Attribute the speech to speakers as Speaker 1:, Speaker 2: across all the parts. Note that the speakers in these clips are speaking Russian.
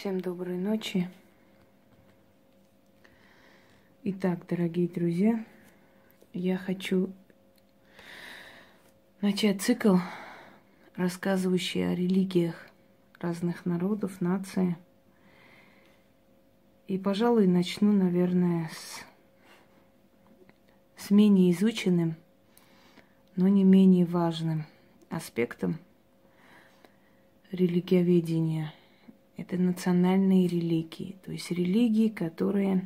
Speaker 1: Всем доброй ночи. Итак, дорогие друзья, я хочу начать цикл, рассказывающий о религиях разных народов, наций. И, пожалуй, начну, наверное, с менее изученным, но не менее важным аспектом религиоведения. Это национальные религии, то есть религии, которые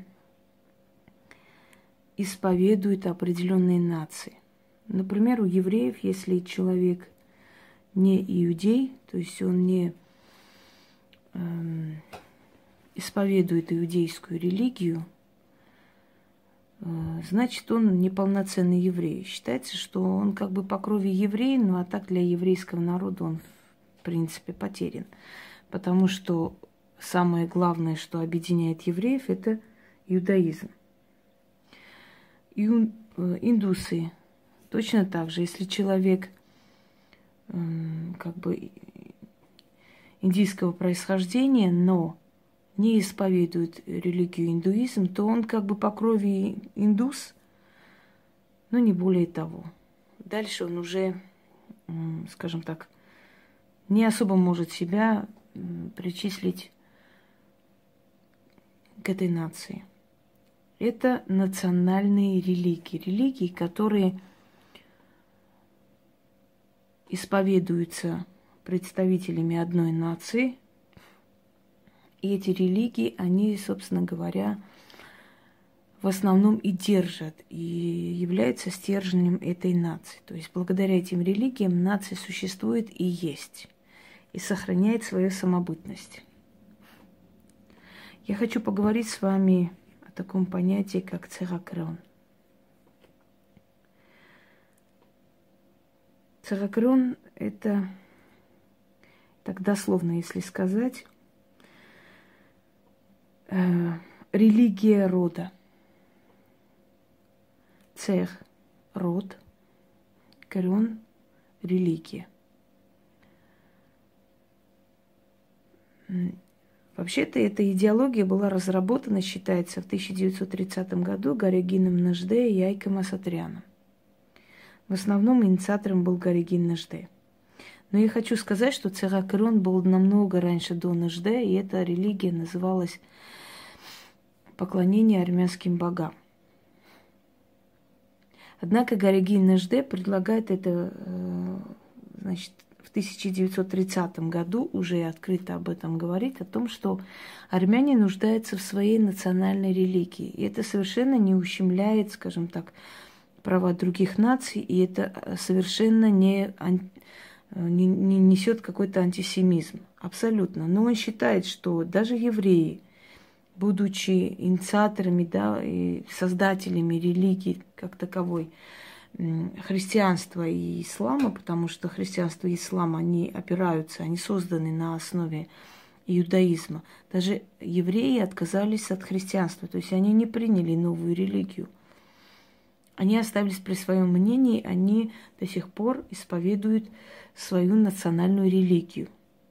Speaker 1: исповедуют определенные нации. Например, у евреев, если человек не иудей, то есть он не исповедует иудейскую религию, значит, он неполноценный еврей. Считается, что он как бы по крови еврей, ну а так для еврейского народа он, в принципе, потерян. Потому что самое главное, что объединяет евреев, это иудаизм. Индусы точно так же. Если человек как бы индийского происхождения, но не исповедует религию индуизм, то он как бы по крови индус, но не более того. Дальше он уже, скажем так, не особо может себя причислить к этой нации. Это национальные религии. Религии, которые исповедуются представителями одной нации. И эти религии, они, собственно говоря, в основном и держат, и являются стержнем этой нации. То есть благодаря этим религиям нация существует и есть, и сохраняет свою самобытность. Я хочу поговорить с вами о таком понятии, как церакрон. Церакрон – это, так дословно, если сказать, религия рода. Цех – род, крон – религия. Вообще-то эта идеология была разработана, считается, в 1930 году Гаригином Нажде и Айком Асатряном. В основном инициатором был Гаригин Нажде. Но я хочу сказать, что церакрон был намного раньше до Нажде, и эта религия называлась поклонение армянским богам. Однако Гаригин Нажде предлагает это, значит, в 1930 году уже открыто об этом говорит, о том, что армяне нуждаются в своей национальной религии. И это совершенно не ущемляет, скажем так, права других наций, и это совершенно не несет какой-то антисемизм. Абсолютно. Но он считает, что даже евреи, будучи инициаторами, да, и создателями религии как таковой, христианства и ислама, потому что христианство и ислам, они опираются, они созданы на основе иудаизма. Даже евреи отказались от христианства, то есть они не приняли новую религию. Они оставались при своем мнении, они до сих пор исповедуют свою национальную религию.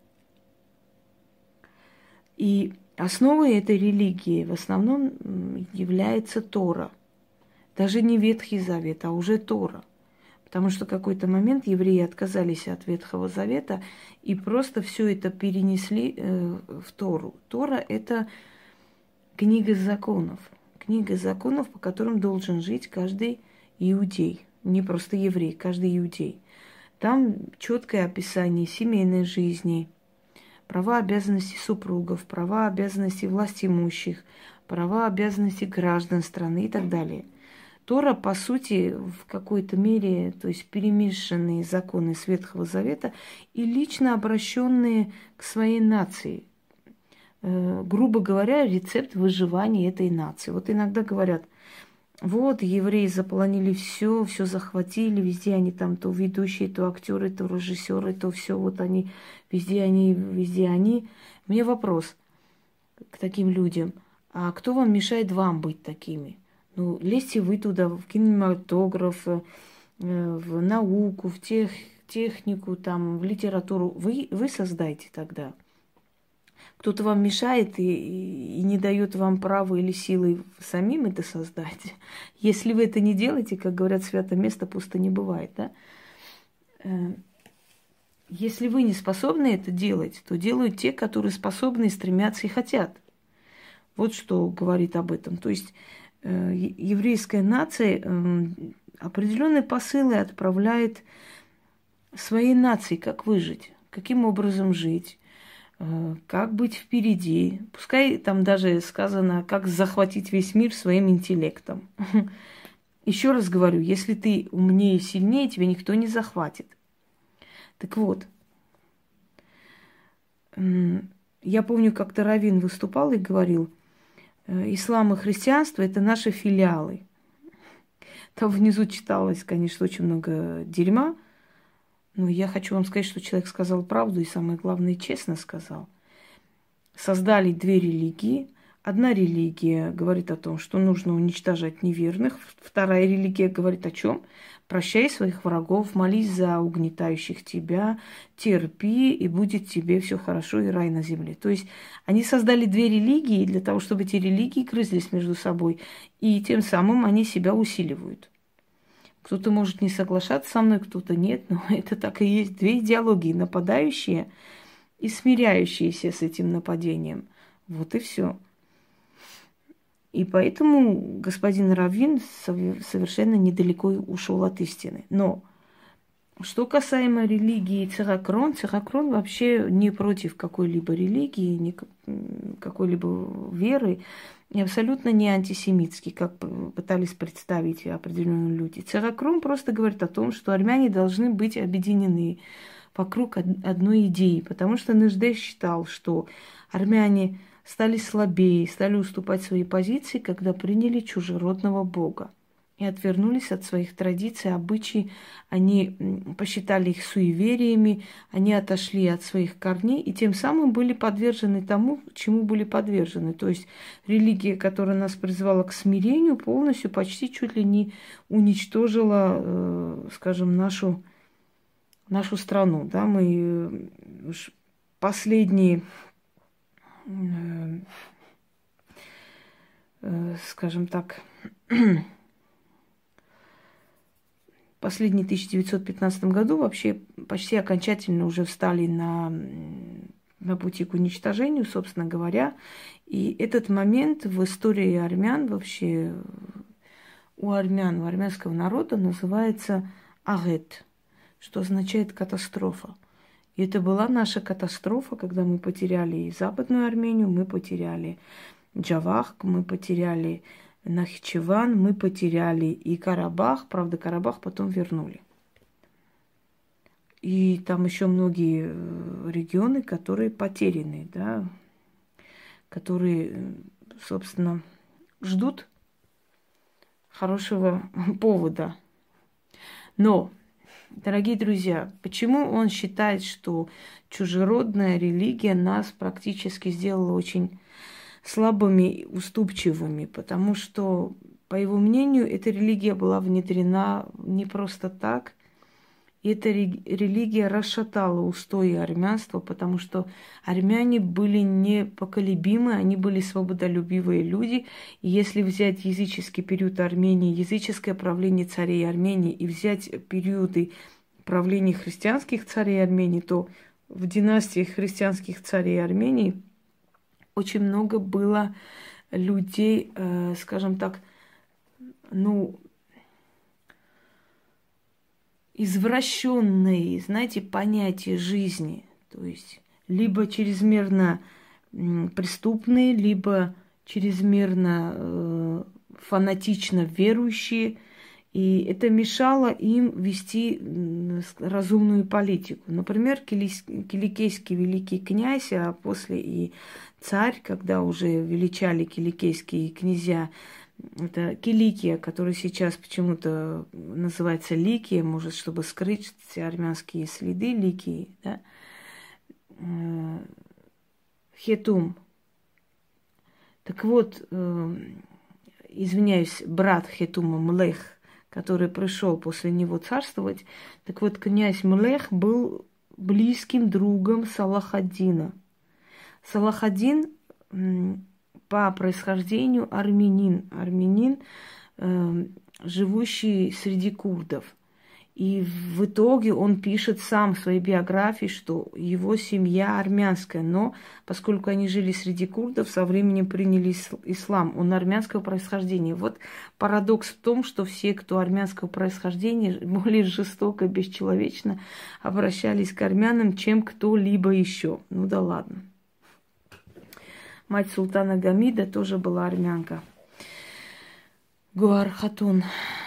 Speaker 1: И основой этой религии в основном является Тора. Даже не Ветхий Завет, а уже Тора. Потому что в какой-то момент евреи отказались от Ветхого Завета и просто все это перенесли в Тору. Тора – это книга законов. Книга законов, по которым должен жить каждый иудей. Не просто еврей, каждый иудей. Там четкое описание семейной жизни, права, обязанности супругов, права, обязанности властимущих, права, обязанности граждан страны и так далее. Тора, по сути, в какой-то мере, то есть перемешанные законы с Ветхого Завета и лично обращенные к своей нации. Грубо говоря, рецепт выживания этой нации. Вот иногда говорят, вот евреи заполонили все захватили, везде они там то ведущие, то актеры, то режиссеры, то все, вот они, везде они. Мне вопрос к таким людям, а кто вам мешает вам быть такими? Ну, лезьте вы туда, в кинематограф, в науку, в технику, там, в литературу. Вы создайте тогда. Кто-то вам мешает и не дает вам права или силы самим это создать. Если вы это не делаете, как говорят, святое место пусто не бывает, да? Если вы не способны это делать, то делают те, которые способны, стремятся и хотят. Вот что говорит об этом. То есть еврейская нация определенные посылы отправляет своей нации, как выжить, каким образом жить, как быть впереди. Пускай там даже сказано, как захватить весь мир своим интеллектом. Еще раз говорю, если ты умнее и сильнее, тебя никто не захватит. Так вот, я помню, как-то раввин выступал и говорил, ислам и христианство – это наши филиалы. Там внизу читалось, конечно, очень много дерьма, но я хочу вам сказать, что человек сказал правду и, самое главное, честно сказал. Создали две религии. Одна религия говорит о том, что нужно уничтожать неверных. Вторая религия говорит о чем? Прощай своих врагов, молись за угнетающих тебя, терпи, и будет тебе все хорошо, и рай на земле. То есть они создали две религии для того, чтобы эти религии грызлись между собой, и тем самым они себя усиливают. Кто-то может не соглашаться со мной, кто-то нет, но это так и есть. Две идеологии, нападающие и смиряющиеся с этим нападением. Вот и все. И поэтому господин раввин совершенно недалеко ушел от истины. Но что касаемо религии Церакрон вообще не против какой-либо религии, ни какой-либо веры, и абсолютно не антисемитский, как пытались представить определенные люди. Церакрон просто говорит о том, что армяне должны быть объединены вокруг одной идеи, потому что Нежде считал, что армяне стали слабее, стали уступать свои позиции, когда приняли чужеродного бога и отвернулись от своих традиций, обычаев. Они посчитали их суевериями, они отошли от своих корней и тем самым были подвержены тому, чему были подвержены. То есть религия, которая нас призвала к смирению, полностью, почти чуть ли не уничтожила, скажем, нашу страну. Да? Мы последние, скажем так, последний 1915 году вообще почти окончательно уже встали на пути к уничтожению, собственно говоря. И этот момент в истории армян вообще, у армян, у армянского народа называется агет, что означает катастрофа. И это была наша катастрофа, когда мы потеряли и Западную Армению, мы потеряли Джавах, мы потеряли Нахичеван, мы потеряли и Карабах. Правда, Карабах потом вернули. И там еще многие регионы, которые потеряны, да, которые, собственно, ждут хорошего повода. Но, дорогие друзья, почему он считает, что чужеродная религия нас практически сделала очень слабыми и уступчивыми? Потому что, по его мнению, эта религия была внедрена не просто так. И эта религия расшатала устои армянства, потому что армяне были непоколебимы, они были свободолюбивые люди. И если взять языческий период Армении, языческое правление царей Армении и взять периоды правления христианских царей Армении, то в династии христианских царей Армении очень много было людей, скажем так, извращенные, знаете, понятия жизни. То есть либо чрезмерно преступные, либо чрезмерно фанатично верующие. И это мешало им вести разумную политику. Например, киликийский великий князь, а после и царь, когда уже величали киликийские князья, это Киликия, которая сейчас почему-то называется Ликия, может, чтобы скрыть все армянские следы Ликии, да? Хетум. Так вот, извиняюсь, брат Хетума Млех, который пришел после него царствовать, так вот, князь Млех был близким другом Салахаддина. Салахаддин по происхождению армянин, живущий среди курдов. И в итоге он пишет сам в своей биографии, что его семья армянская, но поскольку они жили среди курдов, со временем приняли ислам. Он армянского происхождения. Вот парадокс в том, что все, кто армянского происхождения, более жестоко, бесчеловечно обращались к армянам, чем кто-либо еще. Ну да ладно. Мать султана Гамида тоже была армянка. Гуар Хатун.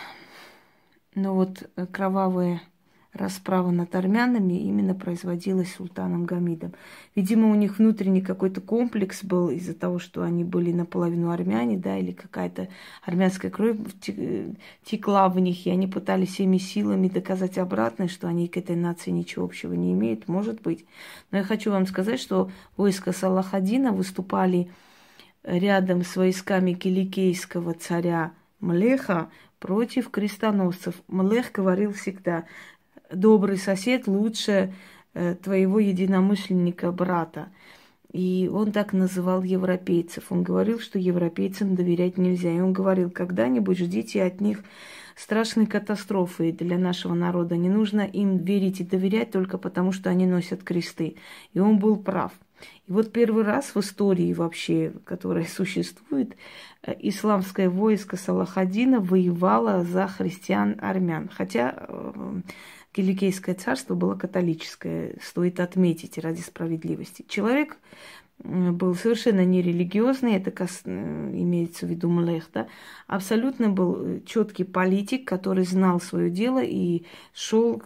Speaker 1: Но вот кровавая расправа над армянами именно производилась султаном Гамидом. Видимо, у них внутренний какой-то комплекс был из-за того, что они были наполовину армяне, да, или какая-то армянская кровь текла в них, и они пытались всеми силами доказать обратное, что они к этой нации ничего общего не имеют, может быть. Но я хочу вам сказать, что войска Салахаддина выступали рядом с войсками киликийского царя Млеха против крестоносцев. Млех говорил всегда: добрый сосед лучше твоего единомышленника, брата. И он так называл европейцев. Он говорил, что европейцам доверять нельзя. И он говорил: когда-нибудь ждите от них страшной катастрофы для нашего народа. Не нужно им верить и доверять только потому, что они носят кресты. И он был прав. И вот первый раз в истории вообще, которая существует, исламское войско Салахаддина воевало за христиан-армян. Хотя Киликийское царство было католическое, стоит отметить ради справедливости. Человек был совершенно нерелигиозный, это имеется в виду Млех, да, абсолютно был четкий политик, который знал свое дело и шел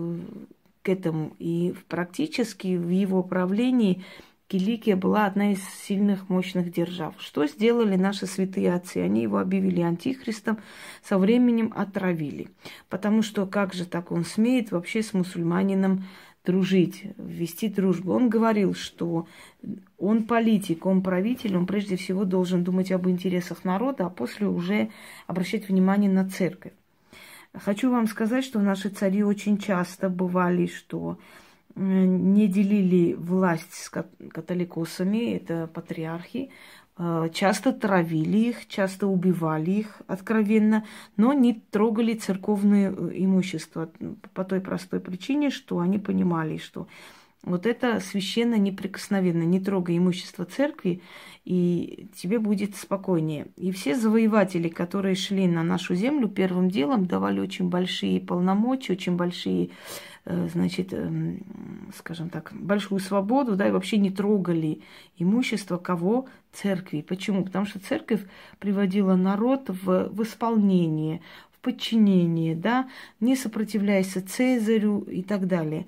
Speaker 1: к этому. И практически в его правлении Киликия была одна из сильных, мощных держав. Что сделали наши святые отцы? Они его объявили антихристом, со временем отравили. Потому что как же так он смеет вообще с мусульманином дружить, вести дружбу? Он говорил, что он политик, он правитель, он прежде всего должен думать об интересах народа, а после уже обращать внимание на церковь. Хочу вам сказать, что наши цари очень часто бывали, что не делили власть с католикосами, это патриархи, часто травили их, часто убивали их откровенно, но не трогали церковное имущество по той простой причине, что они понимали, что вот это священно неприкосновенно, не трогай имущество церкви, и тебе будет спокойнее. И все завоеватели, которые шли на нашу землю, первым делом давали очень большие полномочия, очень большие, значит, скажем так, большую свободу, да, и вообще не трогали имущество кого? Церкви. Почему? Потому что церковь приводила народ в исполнение, в подчинение, да, не сопротивляясь Цезарю и так далее.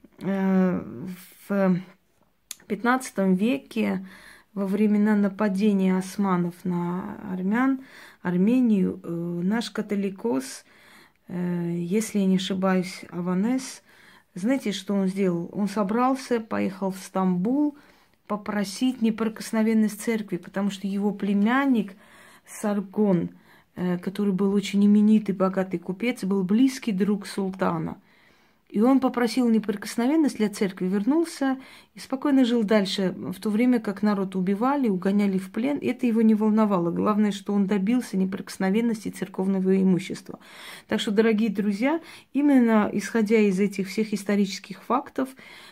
Speaker 1: В XV веке, во времена нападения османов на Армению, наш католикос, если я не ошибаюсь, Аванес, знаете, что он сделал? Он собрался, поехал в Стамбул попросить неприкосновенность церкви, потому что его племянник Саргон, который был очень именитый, богатый купец, был близкий друг султана. И он попросил неприкосновенность для церкви, вернулся и спокойно жил дальше, в то время как народ убивали, угоняли в плен. Это его не волновало. Главное, что он добился неприкосновенности церковного имущества. Так что, дорогие друзья, именно исходя из этих всех исторических фактов,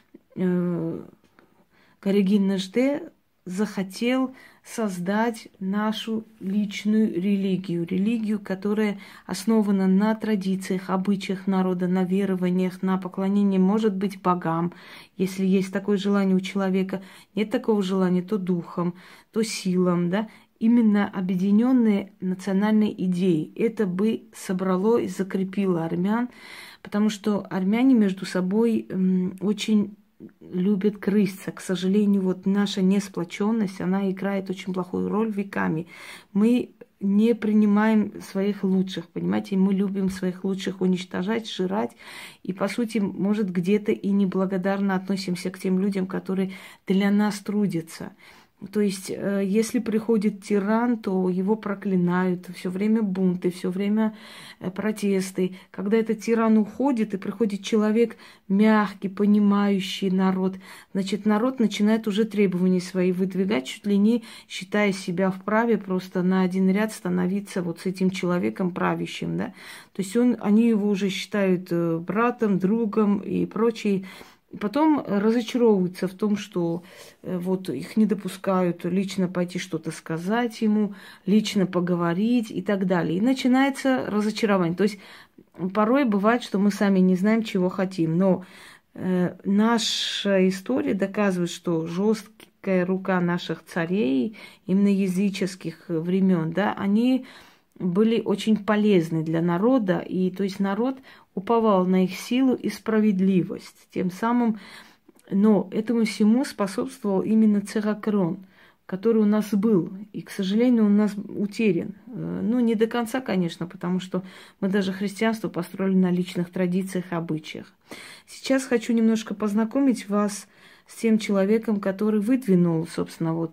Speaker 1: Карегин Нажде захотел создать нашу личную религию, которая основана на традициях, обычаях народа, на верованиях, на поклонении, может быть, богам, если есть такое желание у человека. Нет такого желания, то духом, то силам, да, именно объединенные национальной идеей. Это бы собрало и закрепило армян, потому что армяне между собой очень любят грызться. К сожалению, вот наша несплоченность, она играет очень плохую роль веками. Мы не принимаем своих лучших, понимаете, мы любим своих лучших уничтожать, жрать, и, по сути, может, где-то и неблагодарно относимся к тем людям, которые для нас трудятся. То есть, если приходит тиран, то его проклинают, все время бунты, все время протесты. Когда этот тиран уходит, и приходит человек мягкий, понимающий народ, значит, народ начинает уже требования свои выдвигать, чуть ли не считая себя вправе просто на один ряд становиться вот с этим человеком правящим, да. То есть они его уже считают братом, другом и прочее. Потом разочаровываются в том, что вот их не допускают лично пойти что-то сказать ему, лично поговорить и так далее. И начинается разочарование. То есть порой бывает, что мы сами не знаем, чего хотим. Но наша история доказывает, что жесткая рука наших царей, именно языческих времен, да, они были очень полезны для народа, и то есть народ уповал на их силу и справедливость. Тем самым, но этому всему способствовал именно Церакрон, который у нас был, и, к сожалению, он у нас утерян. Ну, не до конца, конечно, потому что мы даже христианство построили на личных традициях и обычаях. Сейчас хочу немножко познакомить вас с тем человеком, который выдвинул, собственно, вот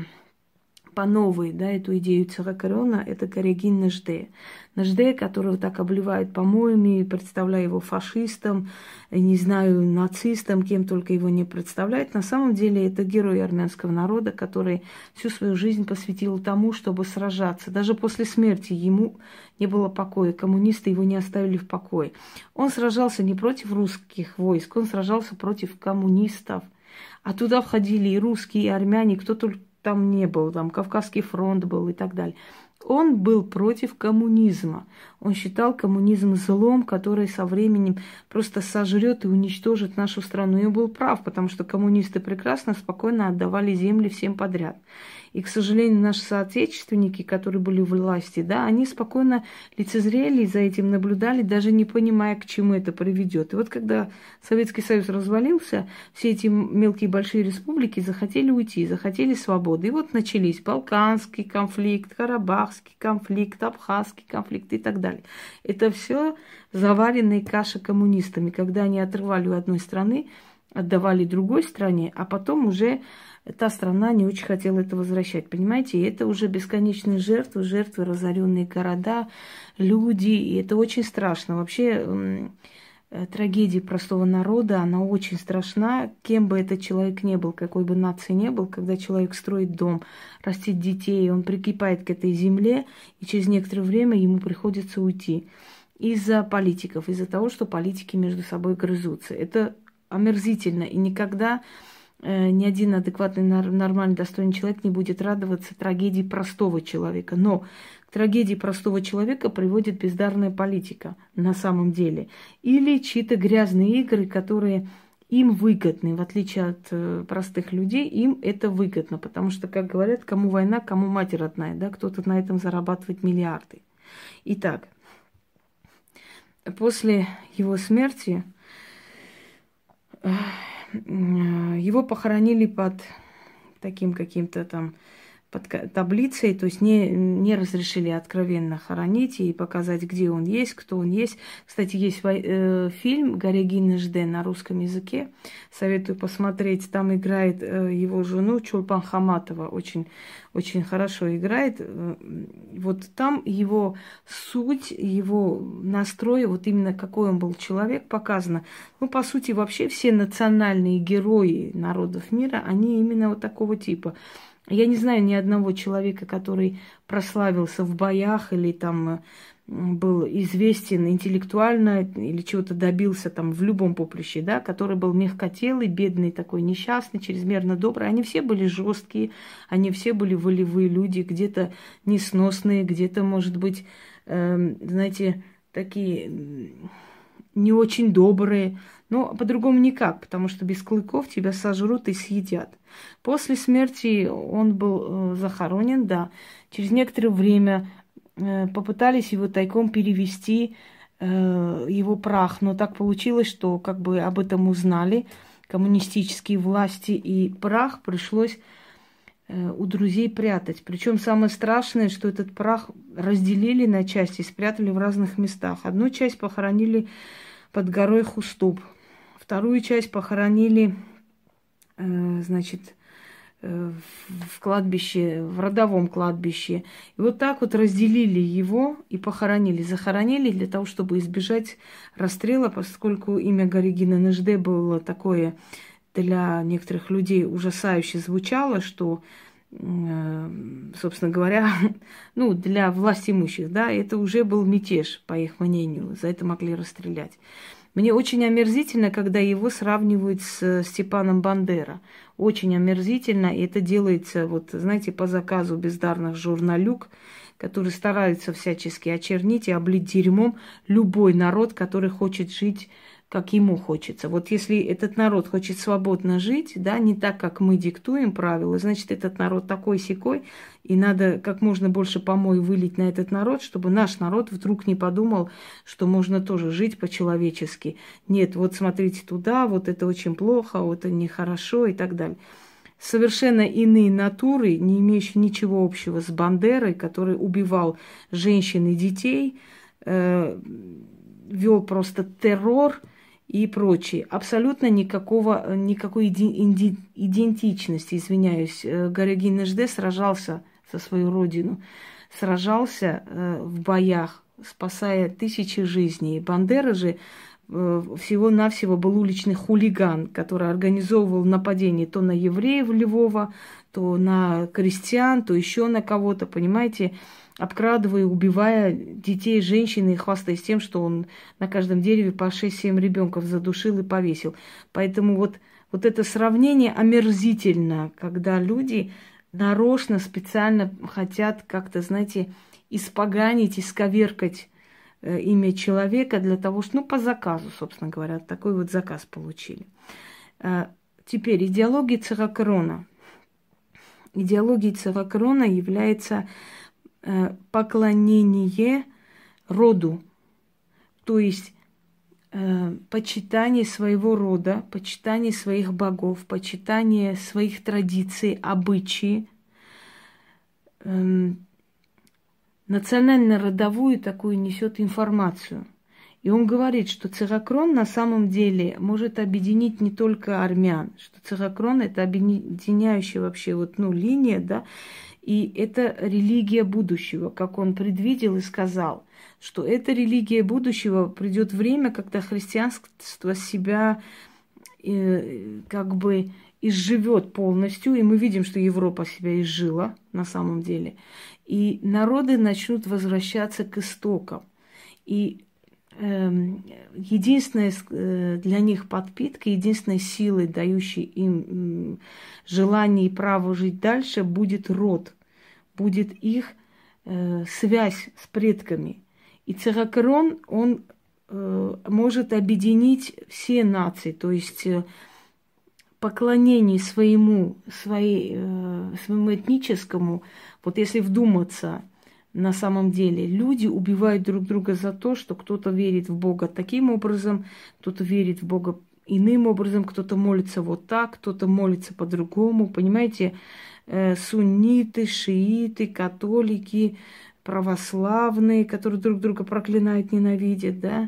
Speaker 1: по новой, да, эту идею Церакрона, это Горегин Нежде. Нежде, которого так обливают помоями, представляя его фашистом, не знаю, нацистом, кем только его не представляют. На самом деле это герой армянского народа, который всю свою жизнь посвятил тому, чтобы сражаться. Даже после смерти ему не было покоя, коммунисты его не оставили в покое. Он сражался не против русских войск, он сражался против коммунистов. А туда входили и русские, и армяне, кто только там не был, там Кавказский фронт был и так далее. Он был против коммунизма. Он считал коммунизм злом, который со временем просто сожрет и уничтожит нашу страну. И он был прав, потому что коммунисты прекрасно, спокойно отдавали земли всем подряд. И, к сожалению, наши соотечественники, которые были в власти, да, они спокойно лицезрели за этим, наблюдали, даже не понимая, к чему это приведет. И вот когда Советский Союз развалился, все эти мелкие большие республики захотели уйти, захотели свободы. И вот начались Балканский конфликт, Карабахский конфликт, Абхазский конфликт и так далее. Это все заваренные каши коммунистами, когда они отрывали у одной страны, отдавали другой стране, а потом уже та страна не очень хотела это возвращать. Понимаете, и это уже бесконечные жертвы, разоренные города, люди, и это очень страшно. Вообще трагедия простого народа, она очень страшна, кем бы этот человек ни был, какой бы нации ни был, когда человек строит дом, растит детей, он прикипает к этой земле, и через некоторое время ему приходится уйти из-за политиков, из-за того, что политики между собой грызутся. Это омерзительно, и никогда ни один адекватный, нормальный, достойный человек не будет радоваться трагедии простого человека. Но к трагедии простого человека приводит бездарная политика на самом деле. Или чьи-то грязные игры, которые им выгодны, в отличие от простых людей, им это выгодно. Потому что, как говорят, кому война, кому мать родная, да, кто-то на этом зарабатывает миллиарды. Итак, после его смерти его похоронили под таким каким-то там под таблицей, то есть не разрешили откровенно хоронить и показать, где он есть, кто он есть. Кстати, есть фильм «Горегин Нежде» на русском языке. Советую посмотреть. Там играет его жену Чулпан Хаматова. Очень, очень хорошо играет. Вот там его суть, его настрой, вот именно какой он был человек, показано. Ну, по сути, вообще все национальные герои народов мира, они именно вот такого типа. Я не знаю ни одного человека, который прославился в боях или там был известен интеллектуально или чего-то добился там в любом поприще, да, который был мягкотелый, бедный такой, несчастный, чрезмерно добрый. Они все были жесткие, они все были волевые люди, где-то несносные, где-то, может быть, знаете, такие не очень добрые. Но по-другому никак, потому что без клыков тебя сожрут и съедят. После смерти он был захоронен, да. Через некоторое время попытались его тайком перевести, его прах. Но так получилось, что как бы об этом узнали коммунистические власти, и прах пришлось у друзей прятать. Причем самое страшное, что этот прах разделили на части и спрятали в разных местах. Одну часть похоронили под горой Хуступ. Вторую часть похоронили, значит, в кладбище, в родовом кладбище. И вот так вот разделили его и похоронили. Захоронили для того, чтобы избежать расстрела, поскольку имя Гаригина Нэжде было такое для некоторых людей ужасающе звучало, что, собственно говоря, ну, для властимущих, да, это уже был мятеж, по их мнению, за это могли расстрелять. Мне очень омерзительно, когда его сравнивают с Степаном Бандера. Очень омерзительно, и это делается, вот, знаете, по заказу бездарных журналюк, которые стараются всячески очернить и облить дерьмом любой народ, который хочет жить, как ему хочется. Вот если этот народ хочет свободно жить, да, не так, как мы диктуем правила, значит, этот народ такой-сякой, и надо как можно больше помой вылить на этот народ, чтобы наш народ вдруг не подумал, что можно тоже жить по-человечески. Нет, вот смотрите туда, вот это очень плохо, вот это нехорошо и так далее. Совершенно иные натуры, не имеющие ничего общего с Бандерой, который убивал женщин и детей, вел просто террор и прочее. Абсолютно никакой идентичности, извиняюсь. Гаригин Нэжде сражался за свою родину, сражался в боях, спасая тысячи жизней. Бандера же всего-навсего был уличный хулиган, который организовывал нападения то на евреев Львова, то на крестьян, то еще на кого-то, понимаете, обкрадывая, убивая детей, женщин и хвастаясь тем, что он на каждом дереве по 6-7 ребенков задушил и повесил. Поэтому вот это сравнение омерзительно, когда люди нарочно, специально хотят как-то, знаете, испоганить, исковеркать имя человека для того, что, ну, по заказу, собственно говоря, такой вот заказ получили. Теперь идеология Церакрона. Идеологией Церакрона является поклонение роду, то есть почитание своего рода, почитание своих богов, почитание своих традиций, обычаи, национально-родовую такую несет информацию. И он говорит, что Церакрон на самом деле может объединить не только армян, что Церакрон это объединяющая вообще вот, ну, линия, да, и это религия будущего, как он предвидел и сказал, что эта религия будущего придет время, когда христианство себя как бы изживет полностью, и мы видим, что Европа себя изжила на самом деле, и народы начнут возвращаться к истокам. И единственная для них подпитка, единственной силой, дающей им желание и право жить дальше, будет род, будет их связь с предками. И Церакрон, он может объединить все нации, то есть поклонение своему этническому, вот если вдуматься, на самом деле люди убивают друг друга за то, что кто-то верит в Бога таким образом, кто-то верит в Бога иным образом, кто-то молится вот так, кто-то молится по-другому. Понимаете, сунниты, шииты, католики, православные, которые друг друга проклинают, ненавидят, да,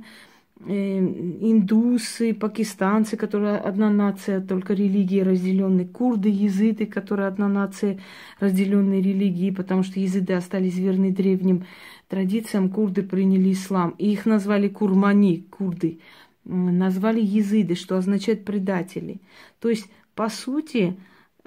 Speaker 1: индусы, пакистанцы, которые одна нация, только религии разделенные, курды, езиды, которые одна нация, разделенные религии, потому что езиды остались верны древним традициям, курды приняли ислам. И их назвали курмани, курды, назвали езиды, что означает предатели. То есть, по сути,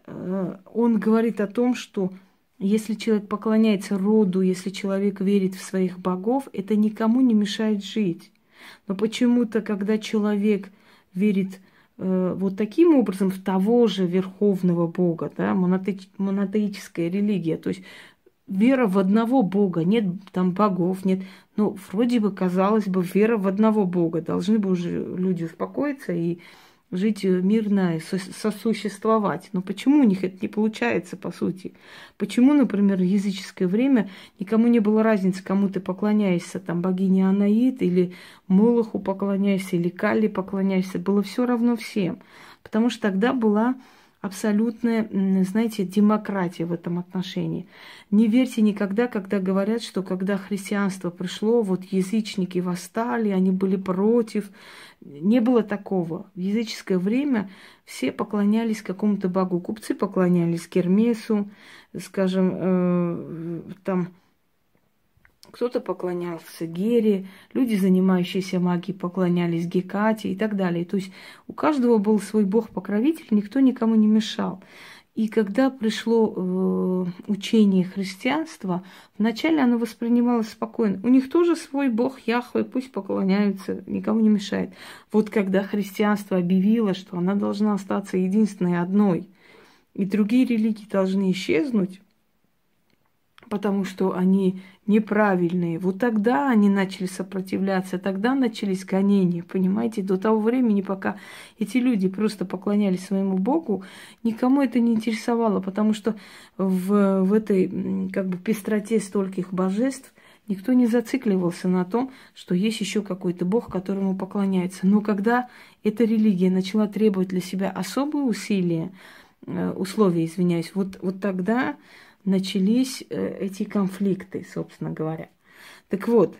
Speaker 1: он говорит о том, что если человек поклоняется роду, если человек верит в своих богов, это никому не мешает жить. Но почему-то, когда человек верит вот таким образом в того же верховного Бога, да, монотеическая религия, то есть вера в одного Бога, нет там богов, нет, ну, вроде бы, казалось бы, вера в одного Бога, должны бы уже люди успокоиться и жить мирно, сосуществовать. Но почему у них это не получается, по сути? Почему, например, в языческое время никому не было разницы, кому ты поклоняешься, там, богине Анаид, или Молоху поклоняешься, или Кали поклоняешься, было все равно всем. Потому что тогда была абсолютная, знаете, демократия в этом отношении. Не верьте никогда, когда говорят, что когда христианство пришло, вот язычники восстали, они были против. Не было такого. В языческое время все поклонялись какому-то богу. Купцы поклонялись Гермесу, скажем, там кто-то поклонялся Гере, люди, занимающиеся магией, поклонялись Гекате и так далее. То есть у каждого был свой бог-покровитель, никто никому не мешал. И когда пришло учение христианства, вначале оно воспринималось спокойно. У них тоже свой бог Яхве, пусть поклоняются, никому не мешает. Вот когда христианство объявило, что она должна остаться единственной одной, и другие религии должны исчезнуть, потому что они неправильные. Вот тогда они начали сопротивляться, тогда начались гонения, понимаете? До того времени, пока эти люди просто поклонялись своему Богу, никому это не интересовало, потому что в этой как бы пестроте стольких божеств никто не зацикливался на том, что есть еще какой-то Бог, которому поклоняется. Но когда эта религия начала требовать для себя особые условия, вот тогда начались эти конфликты, собственно говоря. Так вот,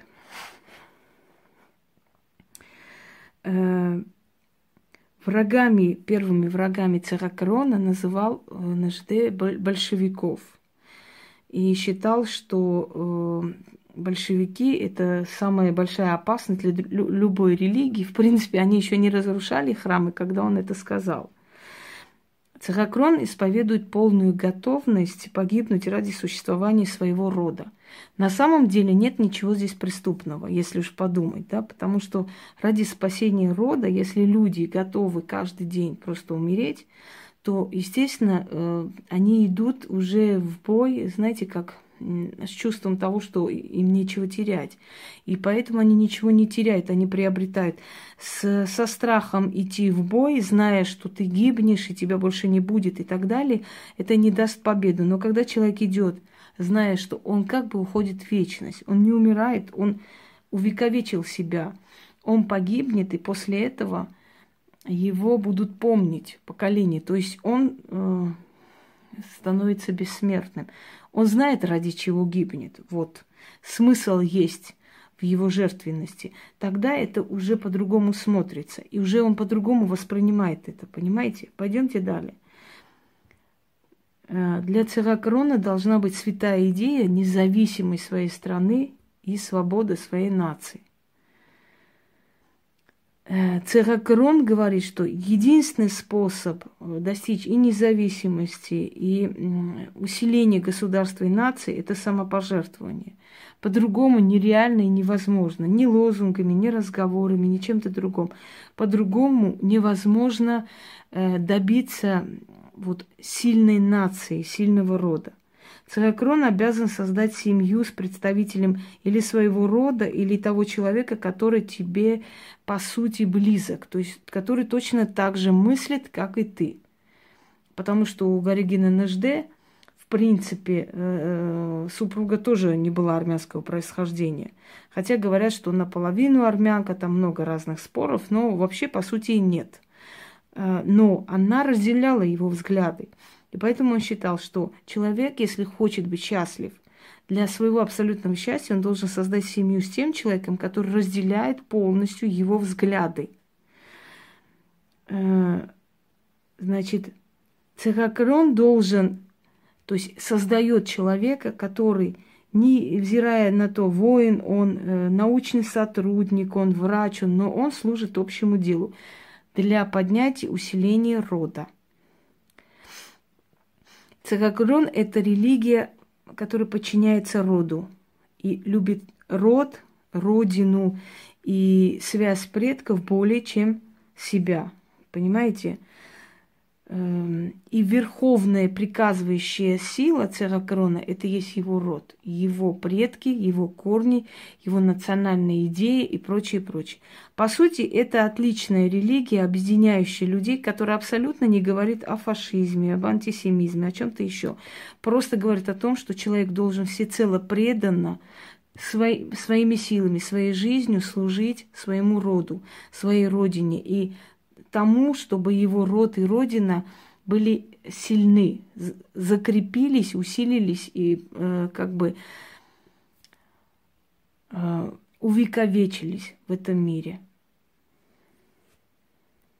Speaker 1: первыми врагами Церакрона называл Нажде большевиков. И считал, что большевики – это самая большая опасность для любой религии. В принципе, они еще не разрушали храмы, когда он это сказал. Церакрон исповедует полную готовность погибнуть ради существования своего рода. На самом деле нет ничего здесь преступного, если уж подумать, да, потому что ради спасения рода, если люди готовы каждый день просто умереть, то, естественно, они идут уже в бой, знаете, как с чувством того, что им нечего терять. И поэтому они ничего не теряют, они приобретают. Со страхом идти в бой, зная, что ты гибнешь, и тебя больше не будет и так далее, это не даст победу. Но когда человек идет, зная, что он как бы уходит в вечность, он не умирает, он увековечил себя, он погибнет, и после этого его будут помнить поколения. То есть он становится бессмертным. Он знает, ради чего гибнет. Вот. Смысл есть в его жертвенности. Тогда это уже по-другому смотрится. И уже он по-другому воспринимает это. Понимаете? Пойдемте далее. Для Церакрона должна быть святая идея независимой своей страны и свободы своей нации. Церакрон говорит, что единственный способ достичь и независимости, и усиления государства и нации – это самопожертвование. По-другому нереально и невозможно. Ни лозунгами, ни разговорами, ни чем-то другим. По-другому невозможно добиться вот сильной нации, сильного рода. Церакрон обязан создать семью с представителем или своего рода, или того человека, который тебе по сути близок, то есть который точно так же мыслит, как и ты. Потому что у Горегины Нажде, в принципе, супруга тоже не была армянского происхождения. Хотя говорят, что наполовину армянка, там много разных споров, но вообще по сути и нет. Но она разделяла его взгляды. И поэтому он считал, что человек, если хочет быть счастлив, для своего абсолютного счастья он должен создать семью с тем человеком, который разделяет полностью его взгляды. Значит, Церакрон должен, то есть создает человека, который, невзирая на то, воин он, научный сотрудник, он врач, но он служит общему делу для поднятия, усиления рода. Церакрон – это религия, которая подчиняется роду и любит род, родину и связь предков более чем себя. Понимаете? И верховная приказывающая сила Церакрона – это есть его род, его предки, его корни, его национальные идеи и прочее, прочее. По сути, это отличная религия, объединяющая людей, которая абсолютно не говорит о фашизме, об антисемизме, о чем-то еще. Просто говорит о том, что человек должен всецело преданно своими силами, своей жизнью служить своему роду, своей родине и тому, чтобы его род и родина были сильны, закрепились, усилились и как бы увековечились в этом мире.